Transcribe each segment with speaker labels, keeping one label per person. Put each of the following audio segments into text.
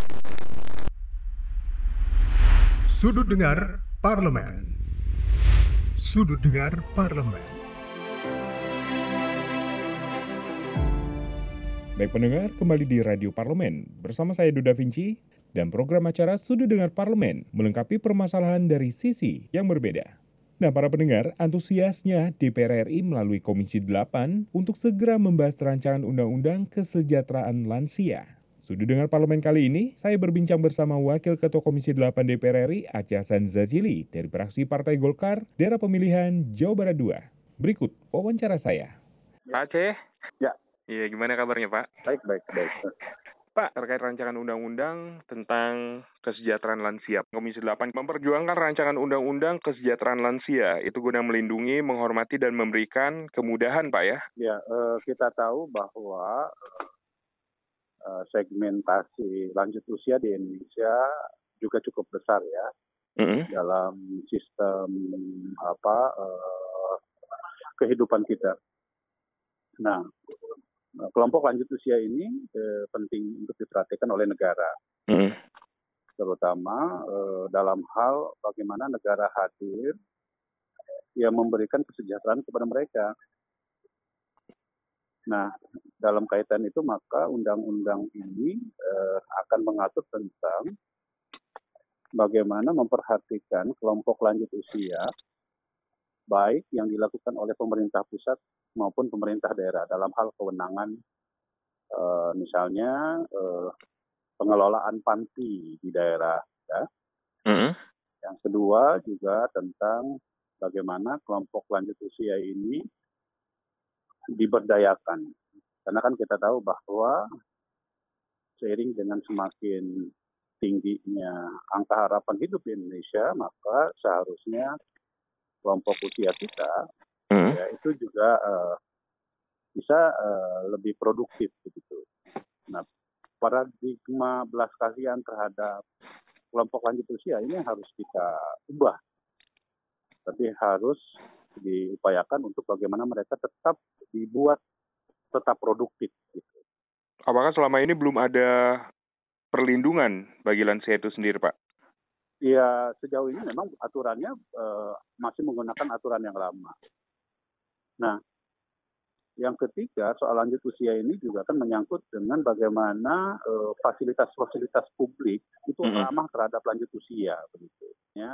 Speaker 1: Sudut Dengar Parlemen. Sudut Dengar Parlemen.
Speaker 2: Baik pendengar, kembali di Radio Parlemen. Bersama saya Duda Vinci dan program acara Sudut Dengar Parlemen melengkapi permasalahan dari sisi yang berbeda. Nah, para pendengar, antusiasnya DPR RI melalui Komisi 8 untuk segera membahas rancangan Undang-Undang Kesejahteraan Lansia. Sudut Dengar Parlemen kali ini, saya berbincang bersama Wakil Ketua Komisi 8 DPR RI, Aceh Hasan Zazili, dari fraksi Partai Golkar, daerah pemilihan Jawa Barat 2. Berikut wawancara saya.
Speaker 3: Pak Aceh?
Speaker 4: Ya.
Speaker 3: Iya, gimana kabarnya Pak?
Speaker 4: Baik.
Speaker 3: Pak, terkait rancangan undang-undang tentang kesejahteraan lansia, Komisi 8 memperjuangkan rancangan undang-undang kesejahteraan lansia, itu guna melindungi, menghormati, dan memberikan kemudahan, Pak ya?
Speaker 4: Ya, kita tahu bahwa segmentasi lanjut usia di Indonesia juga cukup besar ya dalam sistem kehidupan kita. Nah, kelompok lanjut usia ini penting untuk diperhatikan oleh negara, terutama dalam hal bagaimana negara hadir yang memberikan kesejahteraan kepada mereka. Nah, dalam kaitan itu maka undang-undang ini akan mengatur tentang bagaimana memperhatikan kelompok lanjut usia, baik yang dilakukan oleh pemerintah pusat maupun pemerintah daerah dalam hal kewenangan, misalnya pengelolaan panti di daerah. Ya. Yang kedua juga tentang bagaimana kelompok lanjut usia ini diberdayakan. Karena kan kita tahu bahwa seiring dengan semakin tingginya angka harapan hidup di Indonesia, maka seharusnya kelompok usia kita ya, itu juga bisa lebih produktif begitu. Nah, paradigma belas kasihan terhadap kelompok lanjut usia ini harus kita ubah. Tapi harus diupayakan untuk bagaimana mereka tetap dibuat tetap produktif. Gitu.
Speaker 3: Apakah selama ini belum ada perlindungan bagi lansia itu sendiri, Pak?
Speaker 4: Ya, sejauh ini memang aturannya masih menggunakan aturan yang lama. Nah, yang ketiga, soal lanjut usia ini juga kan menyangkut dengan bagaimana fasilitas-fasilitas publik itu ramah terhadap lanjut usia. Begitu.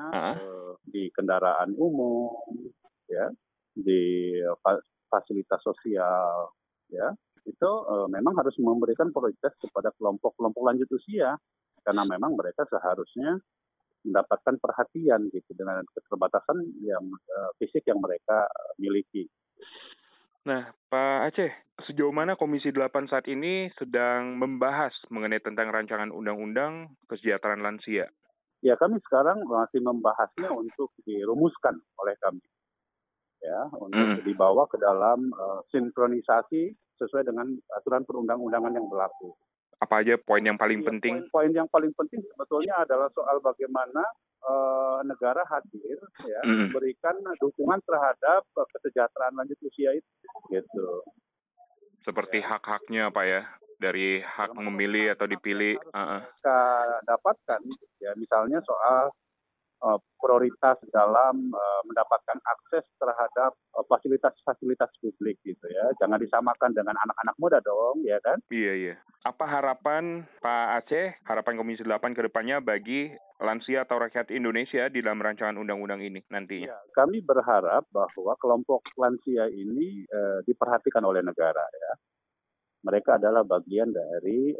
Speaker 4: Di kendaraan umum, ya, di fasilitas sosial, ya, itu memang harus memberikan prioritas kepada kelompok-kelompok lanjut usia karena memang mereka seharusnya mendapatkan perhatian gitu dengan keterbatasan yang fisik yang mereka miliki.
Speaker 3: Nah, Pak Aceh, sejauh mana Komisi 8 saat ini sedang membahas mengenai tentang rancangan undang-undang kesejahteraan lansia?
Speaker 4: Ya, kami sekarang masih membahasnya untuk dirumuskan oleh kami. Ya, untuk dibawa ke dalam sinkronisasi sesuai dengan aturan perundang-undangan yang berlaku.
Speaker 3: Apa aja poin yang paling penting?
Speaker 4: Poin yang paling penting sebetulnya adalah soal bagaimana negara hadir ya memberikan dukungan terhadap kesejahteraan lanjut usia itu. Gitu.
Speaker 3: Seperti hak-haknya Pak ya, dari hak memilih atau dipilih.
Speaker 4: Kita dapatkan ya misalnya soal prioritas dalam mendapatkan akses terhadap fasilitas-fasilitas publik gitu ya. Jangan disamakan dengan anak-anak muda dong, ya kan?
Speaker 3: Iya. Apa harapan Pak Aceh, harapan Komisi 8 ke depannya bagi lansia atau rakyat Indonesia di dalam rancangan undang-undang ini nantinya?
Speaker 4: Ya, kami berharap bahwa kelompok lansia ini diperhatikan oleh negara ya. Mereka adalah bagian dari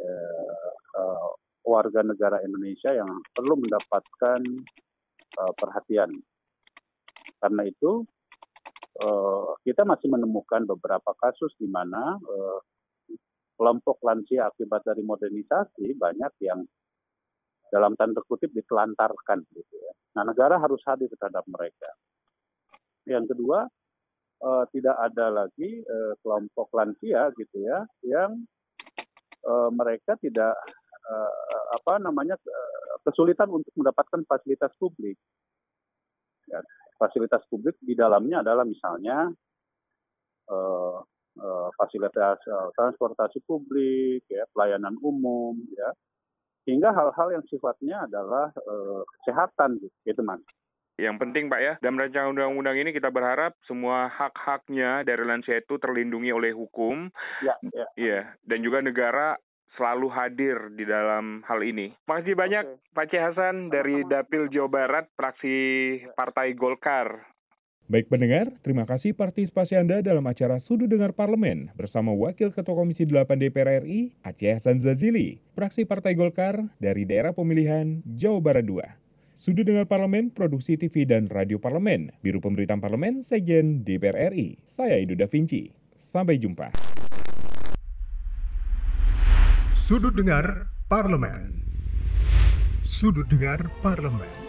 Speaker 4: warga negara Indonesia yang perlu mendapatkan perhatian. Karena itu kita masih menemukan beberapa kasus di mana kelompok lansia akibat dari modernisasi banyak yang dalam tanda kutip ditelantarkan gitu ya. Nah, negara harus hadir terhadap mereka. Yang kedua, tidak ada lagi kelompok lansia gitu ya yang mereka tidak kesulitan untuk mendapatkan fasilitas publik. Ya, fasilitas publik di dalamnya adalah misalnya fasilitas transportasi publik, ya, pelayanan umum, ya, hingga hal-hal yang sifatnya adalah kesehatan gitu Mas.
Speaker 3: Yang penting Pak ya, dalam rancangan undang-undang ini kita berharap semua hak-haknya dari lansia itu terlindungi oleh hukum. Ya, dan juga negara selalu hadir di dalam hal ini. Makasih banyak Pak C. Hasan dari Dapil Jawa Barat, fraksi Partai Golkar.
Speaker 2: Baik pendengar, terima kasih partisipasi Anda dalam acara Sudut Dengar Parlemen bersama Wakil Ketua Komisi 8 DPR RI, Aceh Hasan Zazili, fraksi Partai Golkar dari daerah pemilihan Jawa Barat 2. Sudut Dengar Parlemen, Produksi TV dan Radio Parlemen, Biro Pemberitaan Parlemen, Sekjen DPR RI. Saya Edo Da Vinci. Sampai jumpa.
Speaker 1: Sudut Dengar Parlemen. Sudut Dengar Parlemen.